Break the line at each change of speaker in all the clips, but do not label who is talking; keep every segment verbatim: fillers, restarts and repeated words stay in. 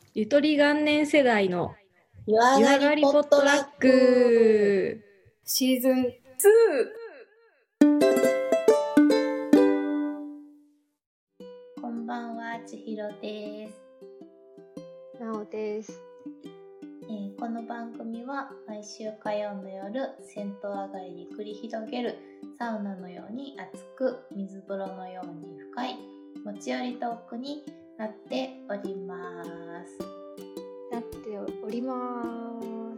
ゆとり元年世代の
湯上
湯上
が
がりポッ
りポット
トラッ
ラック
ク
シーズンツー。こんばんは、ちひろです、
なおです。
えーこの番組は毎週火曜の夜、銭湯上がりに繰り広げるサウナのように熱く、水風呂のように深い持ち寄りトークになっております。
なっております。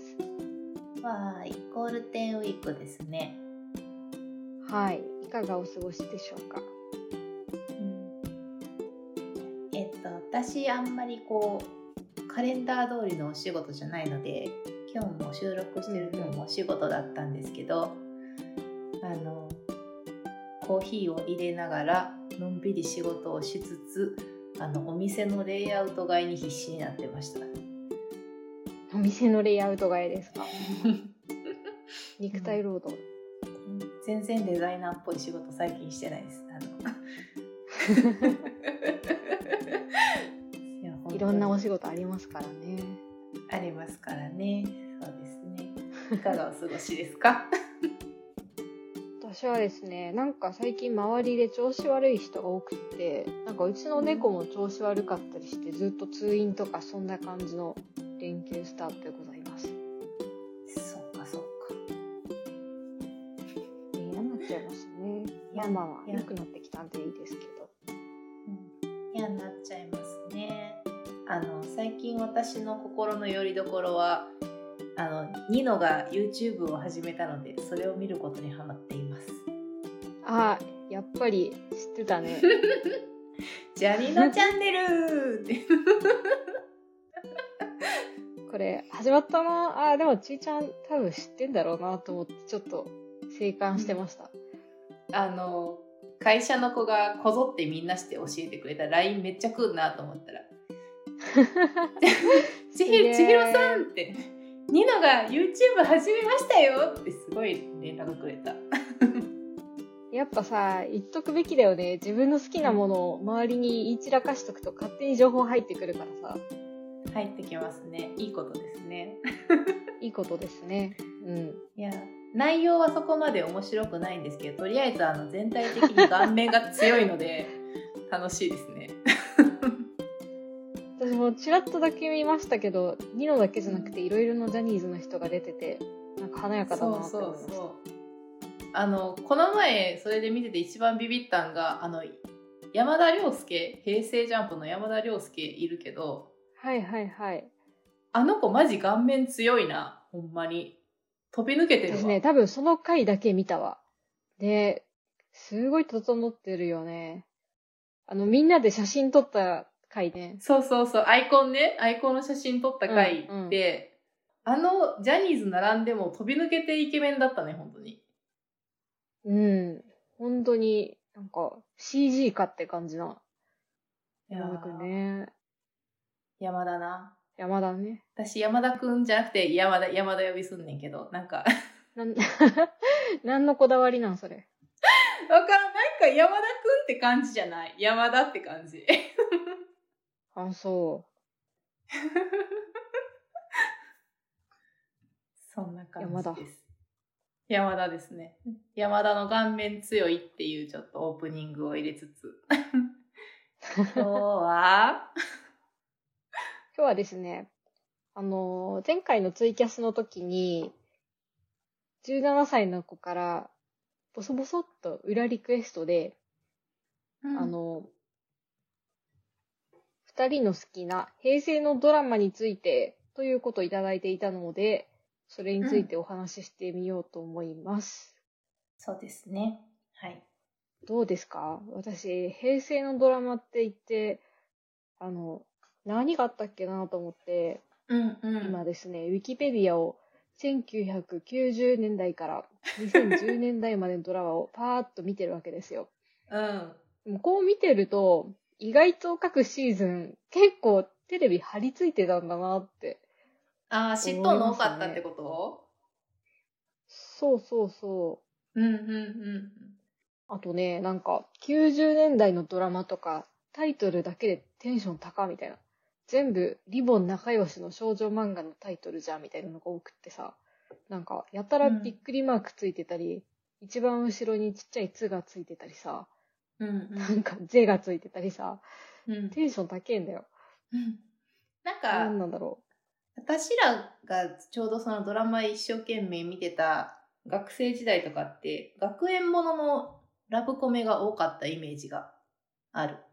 わーい、ゴールデンウィークですね。
はい、いかがお過ごしでしょうか。
うんえっと私あんまりこうカレンダー通りのお仕事じゃないので、今日も収録してる今日もお仕事だったんですけど、あのコーヒーを入れながらのんびり仕事をしつつ、あのお店のレイアウト買いに必死になってました。
お店のレイアウト替えですか。肉体労働、
うん、全然デザイナーっぽい仕事最近してないです。あのいや
いろんなお仕事ありますからね。
ありますからね。そうですね。いかがお過ごしですか？
私はですね、なんか最近周りで調子悪い人が多くて、なんかうちの猫も調子悪かったりして、ずっと通院とかそんな感じの連休スタートでございます。
そっかそっか。
嫌になっちゃいますね。まあまあまあ良くなってきたんでいいですけど。
うん、嫌になっちゃいますね。あの最近私の心の拠り所は、あのニノが YouTube を始めたので、それを見ることにハマっています。
ああ、やっぱり知ってたね。
ジャニノチャンネルって
これ始まったなあ。でもちーちゃん多分知ってんだろうなと思ってちょっと静観してました、
うん、あの会社の子がこぞってみんなして教えてくれた ライン めっちゃ来るなと思ったらちひろ、ちひろさんってニノが YouTube 始めましたよってすごい連絡くれた。
やっぱさ、言っとくべきだよね。自分の好きなものを周りに言い散らかしとくと勝手に情報入ってくるからさ。
入ってきますね。いいことですね。
いいことですね。うん。
いや、内容はそこまで面白くないんですけど、とりあえずあの全体的に顔面が強いので楽しいですね。
私もちらっとだけ見ましたけど、ニノだけじゃなくていろいろなジャニーズの人が出てて、なんか華やかだなって思いました。そうそうそう。
あのこの前それで見てて一番ビビったんが、あの山田涼介、平成ジャンプの山田涼介いるけど、
はいはいはい。
あの子マジ顔面強いな、ほんまに。飛び抜けてるわ。
私ね、多分その回だけ見たわ。で、すごい整ってるよね。あの、みんなで写真撮った回ね。
そうそうそう、アイコンね、アイコンの写真撮った回で、うんうん、あのジャニーズ並んでも飛び抜けてイケメンだったね、本当に。
うん、本当になんか シージー かって感じな。山田くんね。
山田な。
山田ね。
私山田くんじゃなくて山田、山田呼びすんねんけど、なんか
なん。何のこだわりなんそれ。
わからん、なんか山田くんって感じじゃない。山田って感じ。
あ、そう。
そんな感じです。山田ですね。山田の顔面強いっていうちょっとオープニングを入れつつ。今日は
今日はですね、あの、前回のツイキャスの時に、じゅうななさいの子から、ボソボソっと裏リクエストで、うん、あの、二人の好きな平成のドラマについてということをいただいていたので、それについてお話ししてみようと思います。
うん、そうですね。はい。
どうですか？私、平成のドラマって言って、あの、何があったっけなと思って、
うんうん、
今ですね、ウィキペディアをせんきゅうひゃくきゅうじゅうねんだいからにせんじゅうねんだいまでのドラマをパーッと見てるわけですよ。
うん。
もうこう見てると、意外と各シーズン結構テレビ張り付いてたんだなって。
ああ、嫉妬の多かったってこと？
そうそうそう。
うんうんうん。
あとね、なんかきゅうじゅうねんだいのドラマとかタイトルだけでテンション高みたいな。 全部リボン仲良しの少女漫画のタイトルじゃんみたいなのが多くってさ、なんかやたらびっくりマークついてたり、うん、一番後ろにちっちゃいつがついてたりさ、
うんうん、
なんかぜがついてたりさ、
うん、
テンション高いんだよ。
うん、なんか
何なんだろ
う。私らがちょうどそのドラマ一生懸命見てた学生時代とかって学園もののラブコメが多かったイメージがある。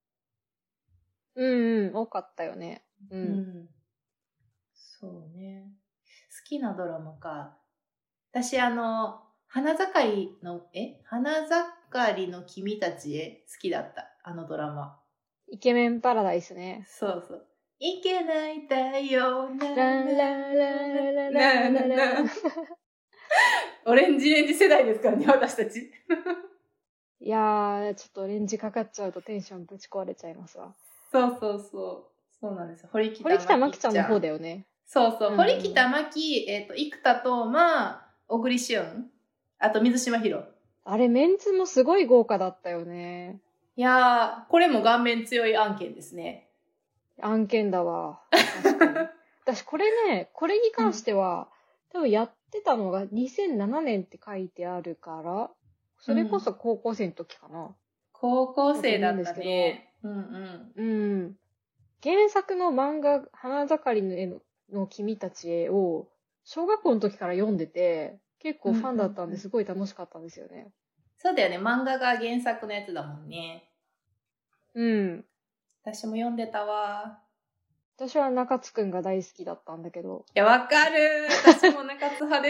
うんうん、多かったよね。うん。うん、
そうね。好きなドラマか。私あの、花盛りの、え花盛りの君たちへ好きだった。あのドラマ。
イケメンパラダイスね。
そうそう。いけない太陽な
ランラララララララ
オレンジレンジ世代ですからね、私たち。
いやー、ちょっとオレンジかかっちゃうとテンションぶち壊れちゃいますわ。
そうそうそう。そうなんですよ。堀北
真希ちゃん。堀北真希ちゃんの方だよね。
そうそう。うんうん、堀北真希、えっ、ー、と、生田斗真、小栗旬、あと水島ひろ。
あれ、メンツもすごい豪華だったよね。
いやー、これも顔面強い案件ですね。
案件だわ。確かに。私、これね、これに関しては、うん、多分やってたのがにせんななねんって書いてあるから、それこそ高校生の時かな。うん、
高校生だったね。うんうん。
うん。原作の漫画、花盛りの絵のの君たちへを、小学校の時から読んでて、結構ファンだったんですごい楽しかったんですよね。うんうんうん、
そうだよね。漫画が原作のやつだもんね。
うん。
私も読んでたわ。
私は中津くんが大好きだったんだけど。
いや、わかる。私も中津派です。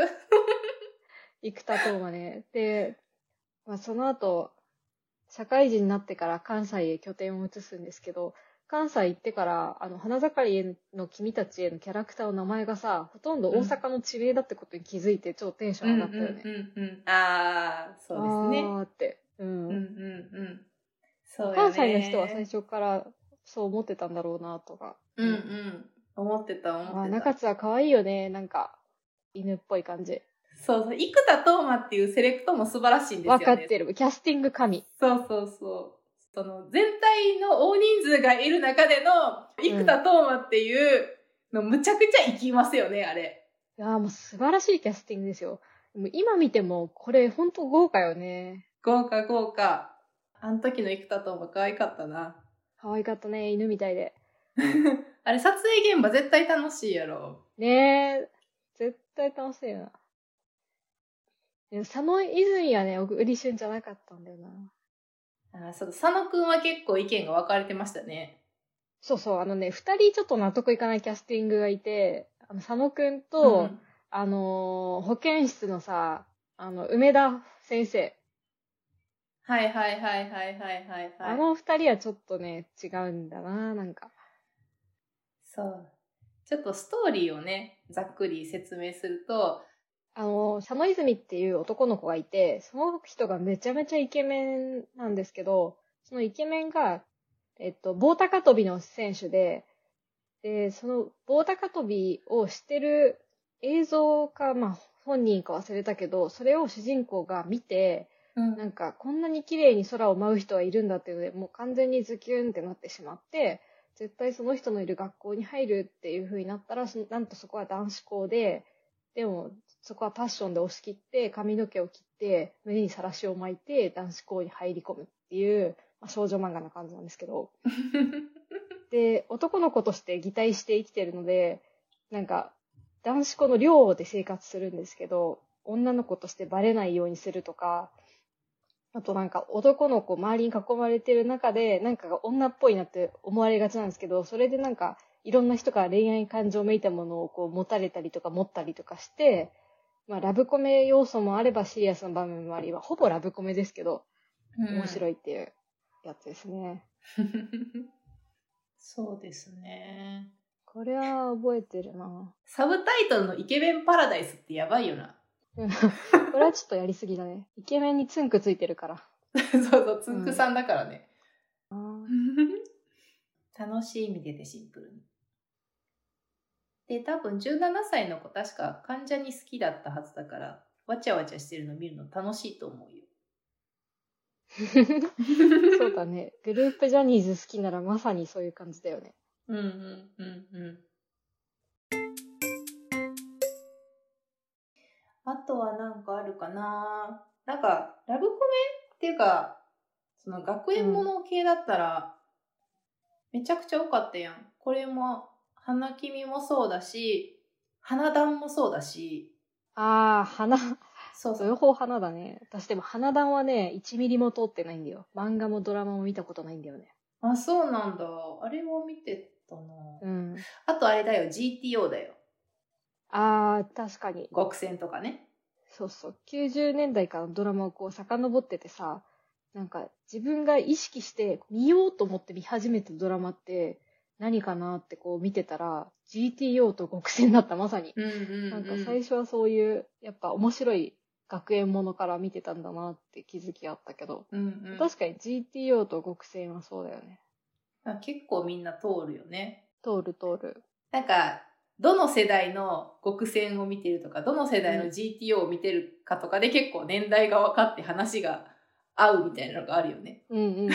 生田斗真ね。で、まあ、その後、社会人になってから関西へ拠点を移すんですけど、関西行ってから、あの、花盛りへの君たちへのキャラクターの名前がさ、ほとんど大阪の地名だってことに気づいて、超テンション上がったよね。
うんうんうんうん。ああ、そうですね。
あーって。うん。
うんうんうん。そうよね。
関西の人は最初からそう思ってたんだろうな、とか。
うんうん。思ってた思ってた。
あ、中津は可愛いよね。なんか、犬っぽい感じ。
そうそう。生田斗真っていうセレクトも素晴らしいんですよね。
わかってる。キャスティング神。
そうそうそう。その全体の大人数がいる中での生田斗真っていうのむちゃくちゃ生きますよね、うん、あれ。
いやーもう素晴らしいキャスティングですよ。もう今見てもこれほんと豪華よね。
豪華豪華。あの時の生田斗真可愛かったな。
可愛かったね、犬みたいで。
あれ撮影現場絶対楽しいやろ。
ねえ、絶対楽しいよな。佐野泉はね、小栗旬じゃなかったんだよな。
あ、そう、佐野くんは結構意見が分かれてましたね。
そうそう、あのね、二人ちょっと納得いかないキャスティングがいて、あの佐野くんと、うん、あのー、保健室のさ、あの、梅田先生。
はいはいはいはいはいはい、はい。
あの二人はちょっとね、違うんだな、なんか。
そう。ちょっとストーリーをね、ざっくり説明すると、
あの、佐野泉っていう男の子がいて、その人がめちゃめちゃイケメンなんですけど、そのイケメンが、えっと、棒高跳びの選手で、で、その棒高跳びをしてる映像か、まあ、本人か忘れたけど、それを主人公が見て、うん、なんか、こんなに綺麗に空を舞う人はいるんだっていうので、もう完全にズキュンってなってしまって、絶対その人のいる学校に入るっていう風になったら、なんとそこは男子校で、でも、そこはパッションで押し切って、髪の毛を切って、胸にさらしを巻いて、男子校に入り込むっていう、まあ、少女漫画な感じなんですけど。で、男の子として擬態して生きてるので、なんか、男子校の寮で生活するんですけど、女の子としてバレないようにするとか、あとなんか男の子周りに囲まれてる中で、なんか女っぽいなって思われがちなんですけど、それでなんか、いろんな人から恋愛感情めいたものをこう持たれたりとか持ったりとかして、まあラブコメ要素もあればシリアスな場面もありは、ほぼラブコメですけど、面白いっていうやつですね。
うん、そうですね。
これは覚えてるな。
サブタイトルのイケメンパラダイスってやばいよな。
これはちょっとやりすぎだね。イケメンにツンクついてるから。
そうそう、ツンクさんだからね。
うん、
楽しい見ててシンプルに。で、多分じゅうななさいの子確か関ジャニ好きだったはずだから、わちゃわちゃしてるの見るの楽しいと思うよ。
そうだね。グループジャニーズ好きならまさにそういう感じだよね。
うんうんうんうん。あとはなんかあるかな。なんか、ラブコメっていうか、その学園もの系だったら、めちゃくちゃ多かったやん。これも、花君もそうだし、花壇もそうだし、
ああ、花、
そうそう。
両方花だね。私でも花壇はね、いちミリも通ってないんだよ。漫画もドラマも見たことないんだよね。
あ、そうなんだ。あれを見てたな。
うん。
あとあれだよ、ジーティーオー だよ。
ああ、確かに。
極戦とかね。
そうそう。きゅうじゅうねんだいからのドラマをこう遡っててさ、なんか自分が意識して見ようと思って見始めたドラマって何かなってこう見てたら ジーティーオー と極戦だったまさに。
うんうんうん。
なんか最初はそういうやっぱ面白い学園ものから見てたんだなって気づきあったけど、
うんうん、
確かに ジーティーオー と極戦はそうだよね。
結構みんな通るよね。
通る通る。
なんか、どの世代の極戦を見てるとか、どの世代の ジーティーオー を見てるかとかで結構年代が分かって話が合うみたいなのがあるよね。
うんうんうん。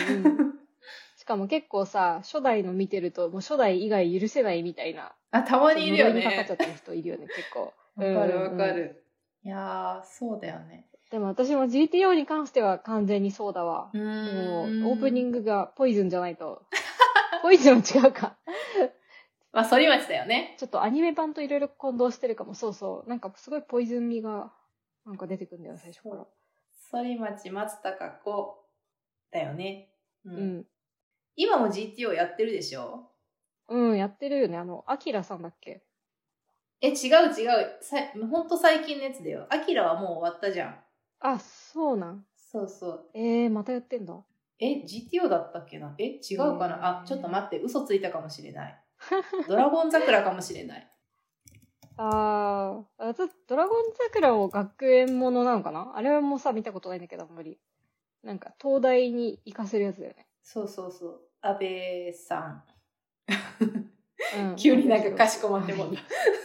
しかも結構さ、初代の見てると、もう初代以外許せないみたいな。
あ、たまにいるよね。
呪いにかかっちゃってる人いるよね、結構。
わかるわかる。
うんうん、
いやー、そうだよね。
でも私も ジーティーオー に関しては完全にそうだわ。
うーん。
もう、オープニングがポイズンじゃないと。ポイズンは違うか。
まあ、反町だよね。
ちょっとアニメ版といろいろ混同してるかも。そうそう。なんかすごいポイズン味が、なんか出てくるんだよ、最初から。
反町松たか子だよね。うん。
うん、
今も ジーティーオー やってるでしょ？
うん、やってるよね。あの、アキラさんだっけ？
え、違う違う。さほんと最近のやつだよ。アキラはもう終わったじゃん。
あ、そうなん。
そうそう。
えー、またやってんだ。
え、ジーティーオー だったっけな？え、違うかな、
えー、
あ、ちょっと待って。嘘ついたかもしれない。ドラゴン桜かもしれない。
あー、あ、ドラゴン桜を学園ものなのかな？あれはもうさ、見たことないんだけど、あんまり。なんか、東大に行かせるやつだよね。
そうそうそう。安倍さん。
うん、
急になんかかしこまってもんだ。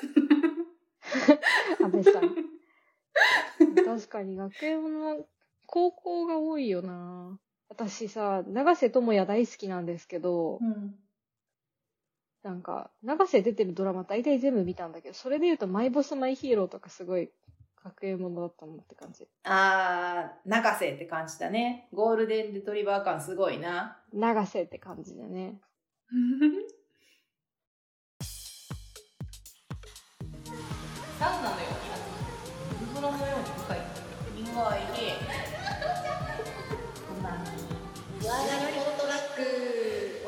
安倍さん。確かに学園もの、高校が多いよな。私さ、長瀬智也大好きなんですけど、
うん、
なんか、長瀬出てるドラマ大体全部見たんだけど、それで言うとマイボスマイヒーローとかすごい学園ものだったのって感じ。
あー、長瀬って感じだね。ゴールデンレトリバー感すごいな。
長瀬って感じだね。
サウナのように水風呂のように深い。苦いね。うまみ。わらびフォートラック。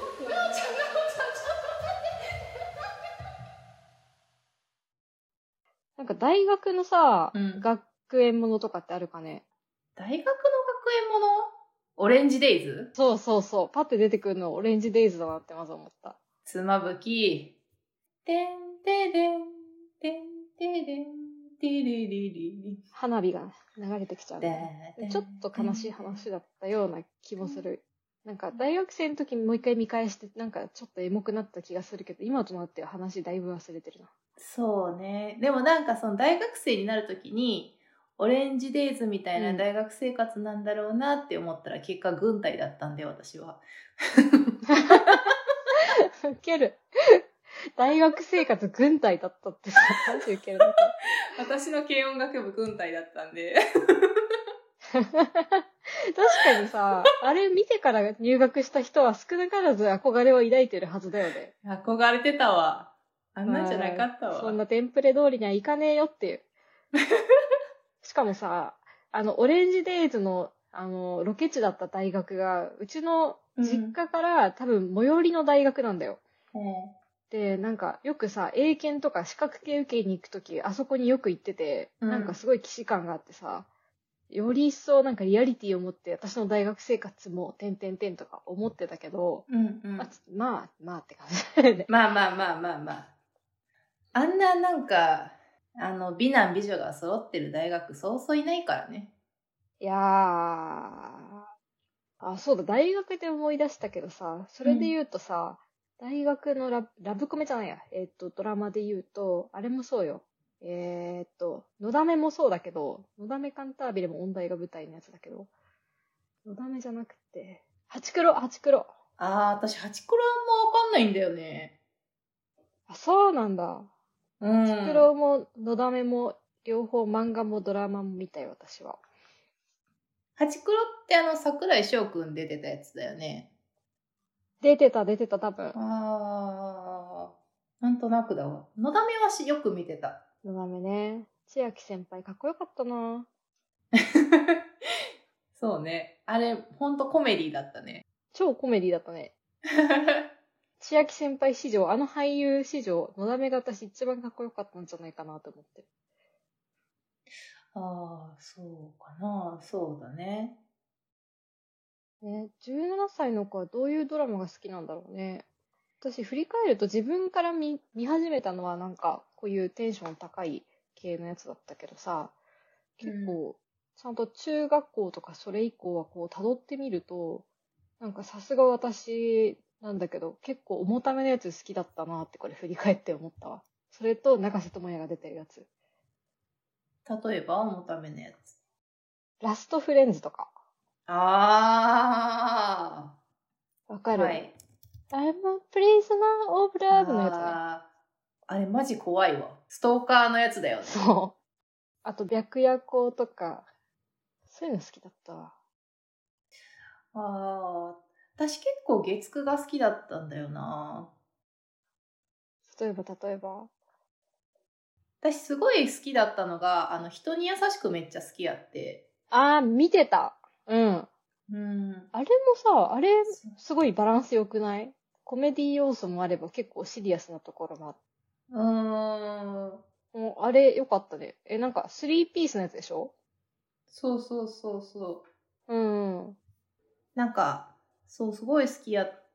なんか大学のさ、
うん、
学園ものとかってあるかね？
大学の学園もの？オレンジデイズ？
そうそうそう。パッて出てくるのオレンジデイズだなってまず思った。
妻夫木。てんてでん、てんてでん、てれれれれ。
花火が流れてきちゃう、ね。ちょっと悲しい話だったような気もする。なんか大学生の時にもう一回見返して、なんかちょっとエモくなった気がするけど、今となっては話だいぶ忘れてるな。
そうね。でもなんかその大学生になる時に、オレンジデイズみたいな大学生活なんだろうなって思ったら、結果軍隊だったんで、私は。
ウケる。大学生活軍隊だったってさ、マジウケるな。
私の軽音楽部軍隊だったんで。
確かにさ、あれ見てから入学した人は少なからず憧れを抱いてるはずだよね。
憧れてたわ。あんなんじゃなかったわ。
そんなテンプレ通りにはいかねえよっていう。しかもさ、あの、オレンジデイズの、あの、ロケ地だった大学が、うちの実家から、うん、多分最寄りの大学なんだよ。
うん、
で、なんか、よくさ、英検とか資格系受けに行くとき、あそこによく行ってて、うん、なんかすごい既視感があってさ、より一層なんかリアリティを持って、私の大学生活も、てんてんてんとか思ってたけど、
うんうん、
まあ、まあ、まあって感じで、ね。
まあまあまあまあまあ。あんななんか、あの、美男美女が揃ってる大学、そうそういないからね。
いやー、あ、そうだ、大学で思い出したけどさ、それで言うとさ、うん、大学のラブ、ラブコメじゃないや、えー、っと、ドラマで言うと、あれもそうよ。えー、っと、のだめもそうだけど、のだめカンタービレも音大が舞台のやつだけど、のだめじゃなくて、ハチクロ、ハチクロ。
あー、私ハチクロあんまわかんないんだよね。
あ、そうなんだ。
うん。
ハチクロものだめも両方漫画もドラマも見たよ、私は。
ハチクロってあの桜井翔くん出てたやつだよね。
出てた、出てた、多分。
あー、なんとなくだわ。のだめはしよく見てた。
のだめね。千秋先輩かっこよかったな。
そうね。あれ、ほんとコメディだったね。
超コメディだったね。千秋先輩史上、あの俳優史上、のだめが私一番かっこよかったんじゃないかなと思ってる。
ああ、そうかな。そうだね。
ね、じゅうななさいの子はどういうドラマが好きなんだろうね。私振り返ると自分から見、見始めたのはなんかこういうテンション高い系のやつだったけどさ、結構ちゃんと中学校とかそれ以降はこう辿ってみると、なんかさすが私なんだけど結構重ためのやつ好きだったなってこれ振り返って思ったわ。それと中瀬智也が出てるやつ。
例えば、重ためのやつ。
ラストフレンズとか。
ああ。
わかる、
はい。
I'm a prisoner of love のやつね。
あー、あれマジ怖いわ。ストーカーのやつだよね。
そう。あと白夜行とか、そういうの好きだったわ。
ああ、私結構月9が好きだったんだよな。
例えば例えば。
私すごい好きだったのが、あの、人に優しくめっちゃ好きやって。
あー、見てた。うん。
うん。
あれもさ、あれ、すごいバランス良くない？コメディ要素もあれば結構シリアスなところもあって。
うーん。
もうあれ良かったね。え、なんかスリーピースのやつでしょ？
そうそうそうそう。
うん。
なんか、そう、すごい好きやって、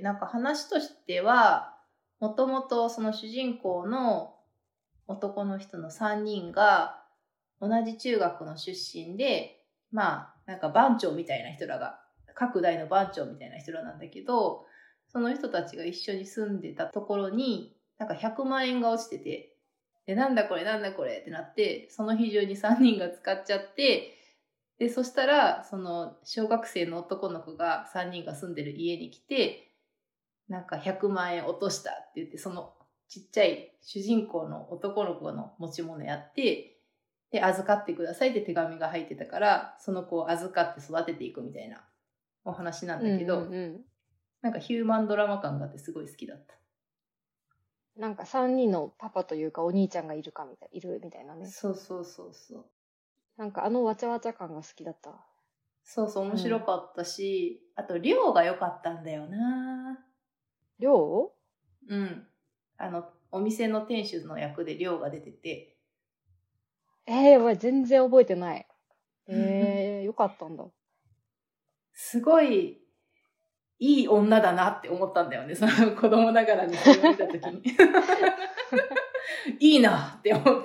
なんか話としては、もともとその主人公の男の人のさんにんが同じ中学の出身で、まあ、なんか番長みたいな人らが、各代の番長みたいな人らなんだけど、その人たちが一緒に住んでたところに、なんかひゃくまんえんが落ちてて、で、なんだこれなんだこれってなって、その日中にさんにんが使っちゃって、で、そしたら、その小学生の男の子がさんにんが住んでる家に来て、なんかひゃくまんえん落としたって言って、そのちっちゃい主人公の男の子の持ち物やって、で、預かってくださいって手紙が入ってたから、その子を預かって育てていくみたいなお話なんだけど、
うんうんうん、
なんかヒューマンドラマ感があってすごい好きだった。
なんかさんにんのパパというかお兄ちゃんがいるかみたい、いるみたいなね。
そうそうそうそう。
なんかあのわちゃわちゃ感が好きだった。
そうそう、面白かったし、うん、あと、量が良かったんだよな。
量？
うん。あの、お店の店主の役で量が出てて。
ええー、全然覚えてない。ええー、よかったんだ。
すごい、いい女だなって思ったんだよね。その子供ながらにそれを見たときに。いいなって思って。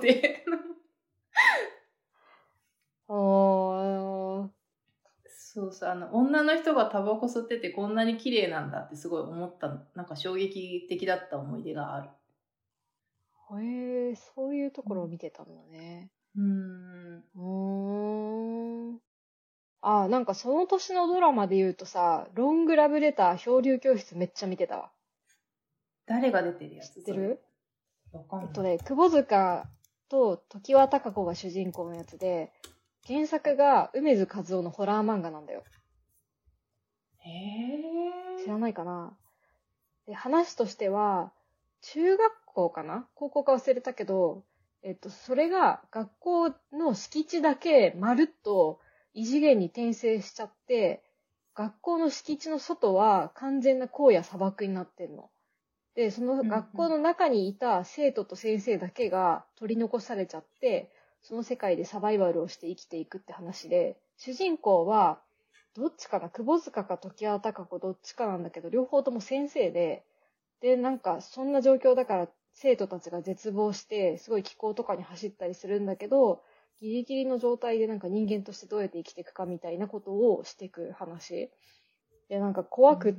おー。
そうそう、あの、女の人がタバコ吸っててこんなに綺麗なんだってすごい思った、なんか衝撃的だった思い出がある。
へえ、そういうところを見てたんだね。
うーん。
うーん。あ、なんかその年のドラマで言うとさ、ロングラブレター漂流教室めっちゃ見てたわ。
誰が出てるやつ？
知ってる？
わかんない。
えっとね、窪塚と常盤貴子が主人公のやつで、原作が梅津和夫のホラー漫画なんだよ。
へー。
知らないかな？で、話としては、中学校かな？高校か忘れたけど、えっと、それが学校の敷地だけまるっと異次元に転生しちゃって、学校の敷地の外は完全な荒野砂漠になってんの。で、その学校の中にいた生徒と先生だけが取り残されちゃって、その世界でサバイバルをして生きていくって話で、主人公は、どっちかな、窪塚か常盤貴子どっちかなんだけど、両方とも先生で、で、なんかそんな状況だから生徒たちが絶望して、すごい気候とかに走ったりするんだけど、ギリギリの状態でなんか人間としてどうやって生きていくかみたいなことをしていく話。で、なんか怖くって、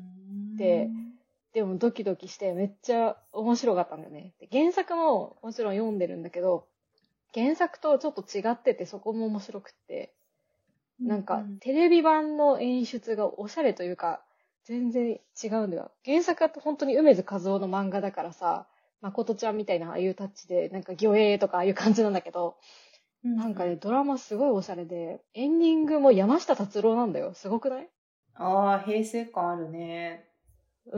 でもドキドキしてめっちゃ面白かったんだよね。で、原作ももちろん読んでるんだけど、原作とちょっと違っててそこも面白くって、なんかテレビ版の演出がおしゃれというか全然違うんだよ。原作は本当に梅津和夫の漫画だからさ、 誠ちゃんみたいなああいうタッチで、なんか魚影とかああいう感じなんだけど、なんかね、ドラマすごいおしゃれで、エンディングも山下達郎なんだよ。すごくない？
ああ、平成感あるね。
うん。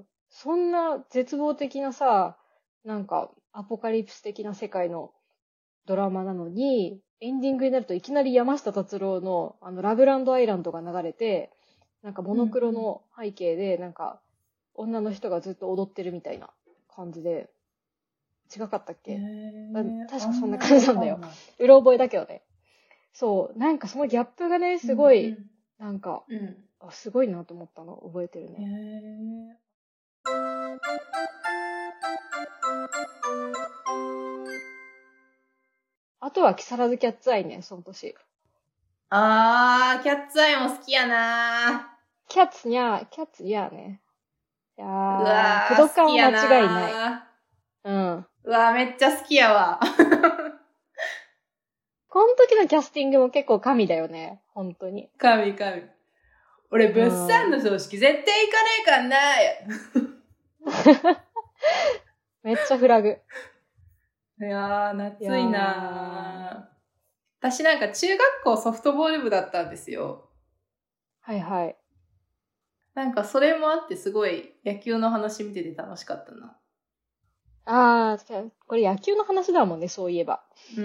そんな絶望的なさ、なんかアポカリプス的な世界のドラマなのに、エンディングになるといきなり山下達郎のあのラブランドアイランドが流れて、なんかモノクロの背景で、なんか女の人がずっと踊ってるみたいな感じで、違かったっけ？確かそんな感じなんだよ。うろ覚えだけどね。そう、なんかそのギャップがね、すごい、なんか、
うん、
あ、すごいなと思ったの覚えてるね。
へ
あとは木更津キャッツアイね、その年。
あー、キャッツアイも好きやな
キャッツにゃー、キャッツにゃーね。いやー、
うわー、
駆動感は
好きやな
間違いない。うん。
うわー、めっちゃ好きやわ。
この時のキャスティングも結構神だよね。本当に。
神神。俺、物産の葬式絶対行かねえかんな
めっちゃフラグ。
いやー、夏いなー。私なんか中学校ソフトボール部だったんですよ。
はいはい。
なんかそれもあってすごい野球の話見てて楽しかったな。
あー、これ野球の話だもんね、そういえば。
うん。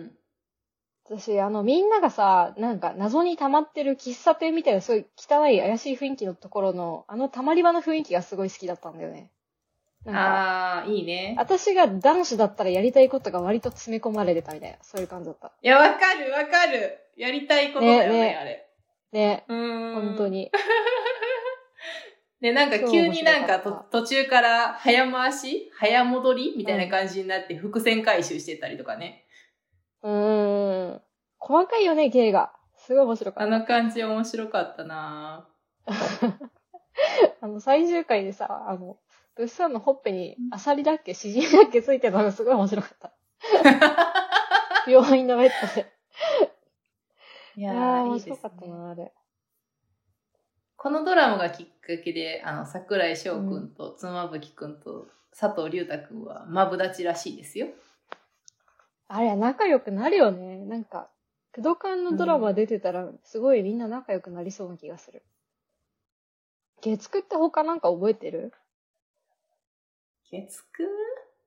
私、あの、みんながさ、なんか謎に溜まってる喫茶店みたいなすごい汚い怪しい雰囲気のところの、あの溜まり場の雰囲気がすごい好きだったんだよね。なんか、
あー、いいね。
私が男子だったらやりたいことが割と詰め込まれてたみたいな、そういう感じだった。
いや、わかるわかる。やりたいことだよね、ねあれ。
ね。
うーん。
本当に。
で、なんか急になんかと途中から早回し早戻りみたいな感じになって伏線回収してたりとかね。
うーん。細かいよね、芸が。すごい面白かった。
あの感じ面白かったな
あの、最終回でさ、あの、物産のほっぺにアサリだっけシジミだっけついてるのがすごい面白かった。病院のベッドで。いやー、面白かったな、あれ。
このドラマがきっかけで、あの、桜井翔くんと妻夫木くんと佐藤隆太くんはマブダチらしいですよ。
あれ、仲良くなるよね。なんか、クドカンのドラマ出てたら、すごいみんな仲良くなりそうな気がする。月9って他なんか覚えてる？
月九？で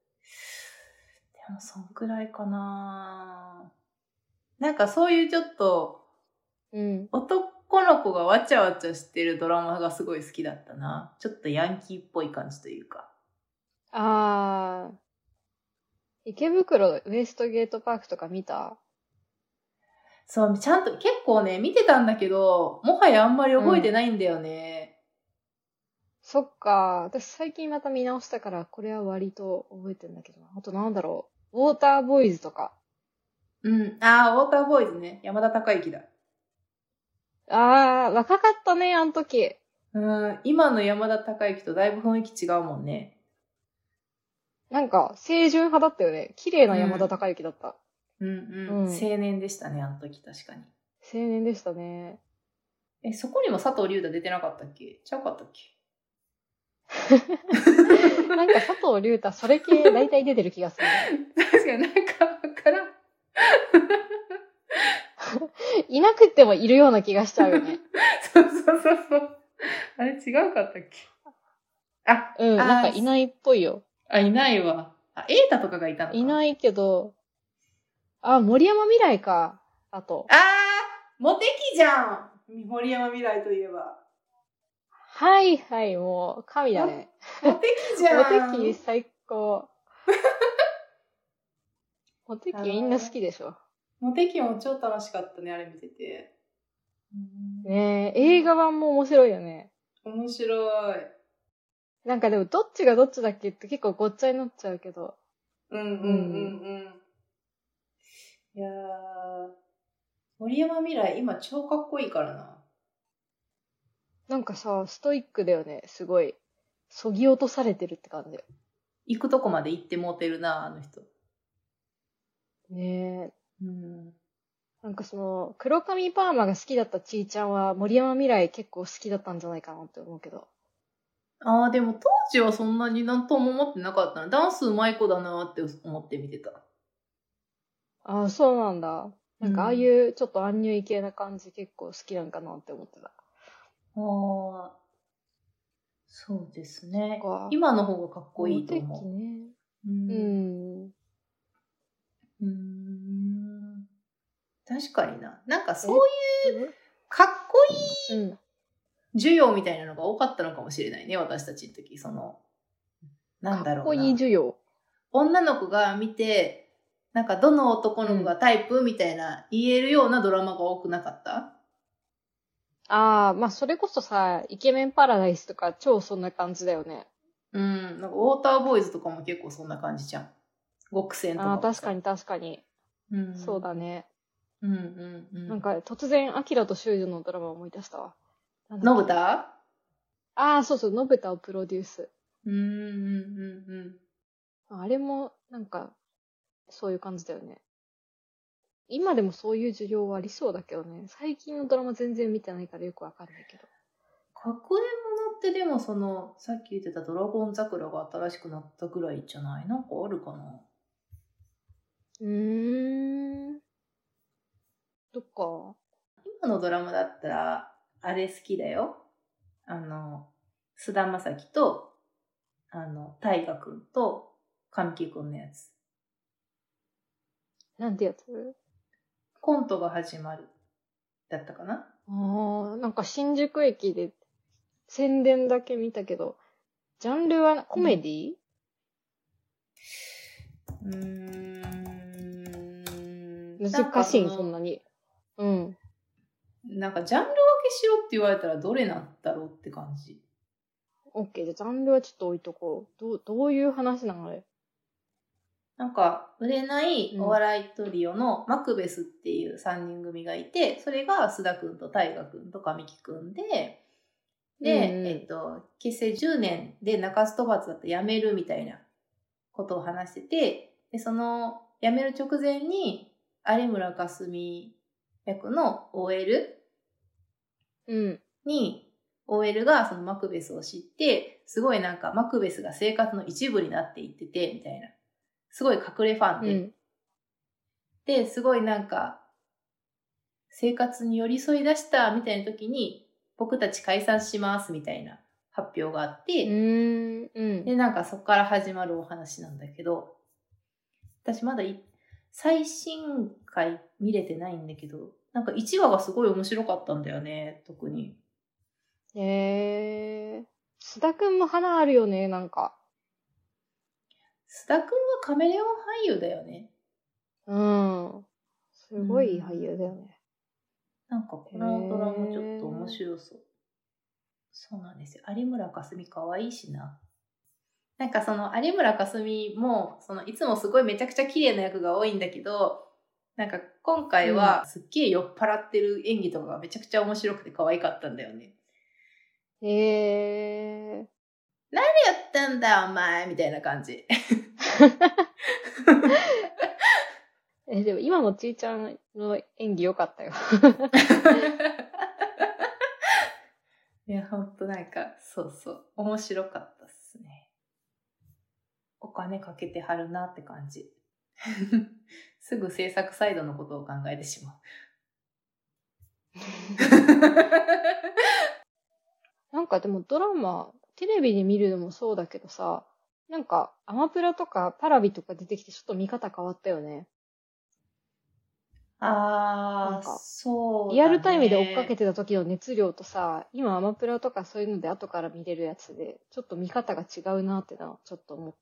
も、そんくらいかな。なんかそういうちょっと、
うん。
男の子がわちゃわちゃしてるドラマがすごい好きだったな。ちょっとヤンキーっぽい感じというか。
あー。池袋ウエストゲートパークとか見た？
そう、ちゃんと結構ね、見てたんだけど、もはやあんまり覚えてないんだよね。
うん、そっか。私最近また見直したから、これは割と覚えてるんだけどな。あとなんだろう。ウォーターボーイズとか。
うん。ああ、ウォーターボーイズね。山田孝之だ。
あー、若かったね、あの時。
うん。今の山田孝之とだいぶ雰囲気違うもんね。
なんか、清純派だったよね。綺麗な山田孝之だった。
うん、うん、うん、うん。青年でしたね、あの時確かに。
青年でしたね。
え、そこにも佐藤隆太出てなかったっけ？ちゃうかったっけ？
なんか佐藤隆太、それ系大体出てる気がする、
ね。確かになんかわからん。
いなくてもいるような気がしちゃうよね。
そうそうそうそう。あれ違うかったっけ？あ、
うん、なんかいないっぽいよ。
あ、いないわ。あ、瑛太とかがいたのか。
いないけど、あ、森山未来か。あと。
あー、モテキじゃん。森山未来といえば。
はいはい、もう、神だね。
モテキじゃ
ん。モテキ最高。モテキみんな好きでしょ。
モテキも超楽しかったね、あれ見てて。
ねえ、映画版も面白いよね。
面白い。
なんかでも、どっちがどっちだっけって結構ごっちゃになっちゃうけど。
うんうんうんうん。いやー、森山未来今超かっこいいからな。
なんかさ、ストイックだよね。すごい。そぎ落とされてるって感じ。
行くとこまで行ってもうてるな、あの人。
ねえ。
うん。
なんかその、黒髪パーマが好きだったちーちゃんは森山未来結構好きだったんじゃないかなって思うけど。
ああ、でも当時はそんなになんとも思ってなかったな。ダンスうまい子だなって思って見てた。
ああ、そうなんだ。なんかああい
うん
うちょっとアンニュイ系な感じ結構好きなんかなって思ってた。
ああ、そうですね。
か
今の方がかっこいいと
モテ期
思
ね。
う。う。
うんん。
うーん。確かにな。なんかそう
え
いうかっこいい
うん。
需要みたいなのが多かったのかもしれないね、私たちの時。その、なんだ
かっこいい
ろうな。
需要。
女の子が見て、なんかどの男の子がタイプみたいな言えるようなドラマが多くなかった？
ああ、まあそれこそさ、イケメンパラダイスとか超そんな感じだよね。
うん。なんかウォーターボーイズとかも結構そんな感じじゃん。極戦と
ああ、
かもさ。
確かに確かに。
うん。
そうだね。
うんうんうん。
なんか突然、アキラと修女のドラマを思い出したわ。なんだ
の
っけ
ぶた
ああ、そうそう、のぶたをプロデュース。
うんうんうんうん。
あれも、なんか、そういう感じだよね。今でもそういう需要はありそうだけどね。最近のドラマ全然見てないからよくわかんないけど。
隠れ物ってでもその、さっき言ってたドラゴン桜が新しくなったぐらいじゃない？なんかあるかな？
うーん。そっか。
今のドラマだったら、あれ好きだよ。あの、菅田将暉と、あの、大河くんと、神木くんのやつ。
なんてやつ
コントが始まる。だったかな？
ああ、なんか新宿駅で宣伝だけ見たけど、ジャンルはコメディ、
うーん。
難しいん、そんなに。うん。
なんかジャンル分けしろって言われたらどれなんだろうって感じ。
オッケー、じゃあジャンルはちょっと置いとこう。どう、どういう話なのあれ。
なんか、売れないお笑いトリオのマクベスっていうさんにん組がいて、それが須田くんと大河くんと神木くんで、で、
うんうん
えっと、結成じゅうねんで中洲飛ばずだと辞めるみたいなことを話してて、で、その辞める直前に有村架純役の オーエル
うん。
に、オーエル がそのマクベスを知って、すごいなんかマクベスが生活の一部になっていってて、みたいな。すごい隠れファンで。
うん。
で、すごいなんか、生活に寄り添い出したみたいな時に、僕たち解散しますみたいな発表があっ
う
て、
ーん。うん。
で、なんかそこから始まるお話なんだけど、私まだい最新回見れてないんだけど、なんかいちわがすごい面白かったんだよね、特に。
へえ。須田くんも花あるよね、なんか。
須田くんはカメレオン俳優だよね。
うん。すごいいい俳優だよね。
なんかこのドラマちょっと面白そう。そうなんですよ。有村架純可愛いしな。なんかその有村架純も、そのいつもすごいめちゃくちゃ綺麗な役が多いんだけど、なんか今回はすっげえ酔っ払ってる演技とかがめちゃくちゃ面白くて可愛かったんだよね。
へえ。
何やったんだお前みたいな感じ。
え、でも今のちーちゃんの演技良かったよ。
いや、ほんとなんか、そうそう。面白かったっすね。お金かけてはるなって感じ。すぐ制作サイドのことを考えてしまう。
なんかでもドラマ、テレビで見るのもそうだけどさ、なんかアマプラとかパラビとか出てきてちょっと見方変わったよね。な
あー、
んか、
そうだね。
リアルタイムで追っかけてた時の熱量とさ、今アマプラとかそういうので後から見れるやつで、ちょっと見方が違うなってのはちょっと思った。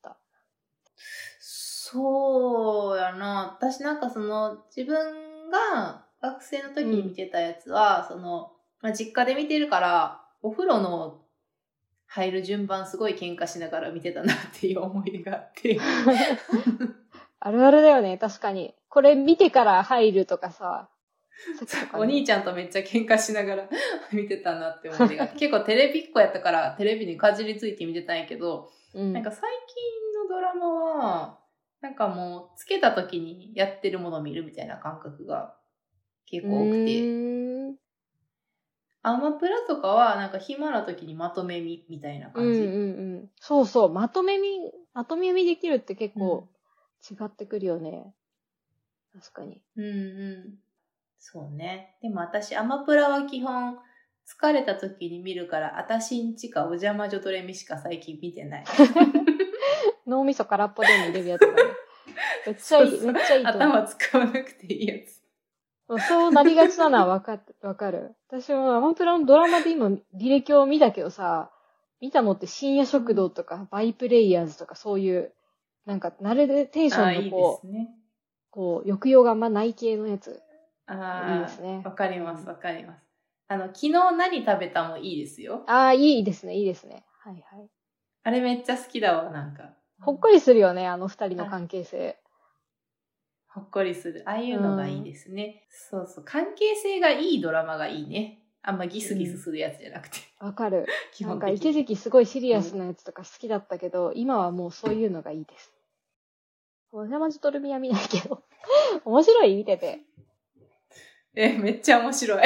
そうやな。私なんかその、自分が学生の時に見てたやつは、うん、その、まあ、実家で見てるから、お風呂の入る順番すごい喧嘩しながら見てたなっていう思い出があって。
あるあるだよね、確かに。これ見てから入るとかさ。
さお兄ちゃんとめっちゃ喧嘩しながら見てたなって思い出があって。結構テレビっ子やったからテレビにかじりついて見てたんやけど、うん、なんか最近のドラマは、なんかもうつけた時にやってるものを見るみたいな感覚が結構多くて。 アマプラとかはなんか暇な時にまとめ見みたいな感じ。
うんうんうん。そうそう。まとめ見、まとめ見できるって結構違ってくるよね。うん、確かに。
うんうん。そうね。でも私、アマプラは基本、疲れた時に見るから、あたしんちかお邪魔女ドレミしか最近見てない。
脳みそ空っぽで見れるやつだね。めっちゃいい、
そうそう
めっちゃいいと思う。
頭使わなくていいやつ。
そうなりがちなのはわか、わかる。私もアマプラのドラマで今履歴を見たけどさ、見たのって深夜食堂とか、バイプレイヤーズとかそういう、なんか、なるでテンションのこう、
いいですね、
こう、抑揚があんまない系のやつ。
あ
いいですね。
わかります、わかります。あの、昨日何食べたもいいですよ。
ああ、いいですね、いいですね。はいはい。
あれめっちゃ好きだわ、なんか。
ほっこりするよね、あの二人の関係性。
ほっこりする。ああいうのがいいですね。そうそう。関係性がいいドラマがいいね。あんまギスギスするやつじゃなくて。
わ、うん、かる。
基本的に。
なんか一時期すごいシリアスなやつとか好きだったけど、うん、今はもうそういうのがいいです。お邪魔女ドレミは見ないけど。面白い見てて。
え、めっちゃ面白い。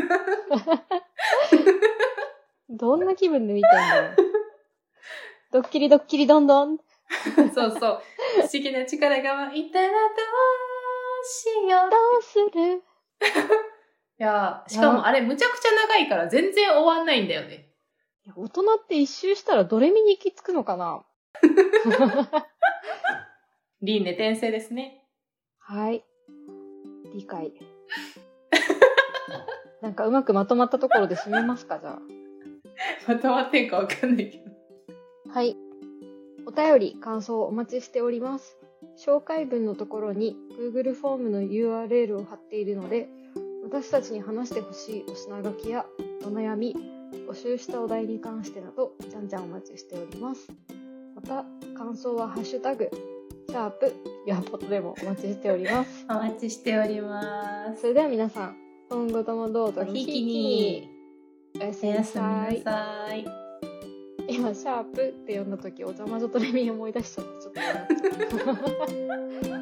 どんな気分で見てんだよ。ドッキリドッキリどんどん。
そうそう。不思議な力が湧いたらどうしよう。
どうする
いや、しかもあれむちゃくちゃ長いから全然終わんないんだよね。
いや、大人って一周したらドレミに行き着くのかな。
輪廻転生ですね。
はい。理解。なんかうまくまとまったところで締めますか、じゃあ。
まとまってんかわかんないけど。
はい。お便り、感想お待ちしております。紹介文のところに Google フォームの ユーアールエル を貼っているので、私たちに話してほしいお品書きやお悩み、募集したお題に関してなど、じゃんじゃんお待ちしております。また、感想はハッシュタグ、シャープ、ヤーポットでもお待ちしております。
お待ちしております。
それでは皆さん、今後ともどうぞ
ごひいきに
おやすみなさい。
さい。
今、シャープって読んだとき、お邪魔女ドレミ思い出しちゃって、ちょっと笑っちゃった。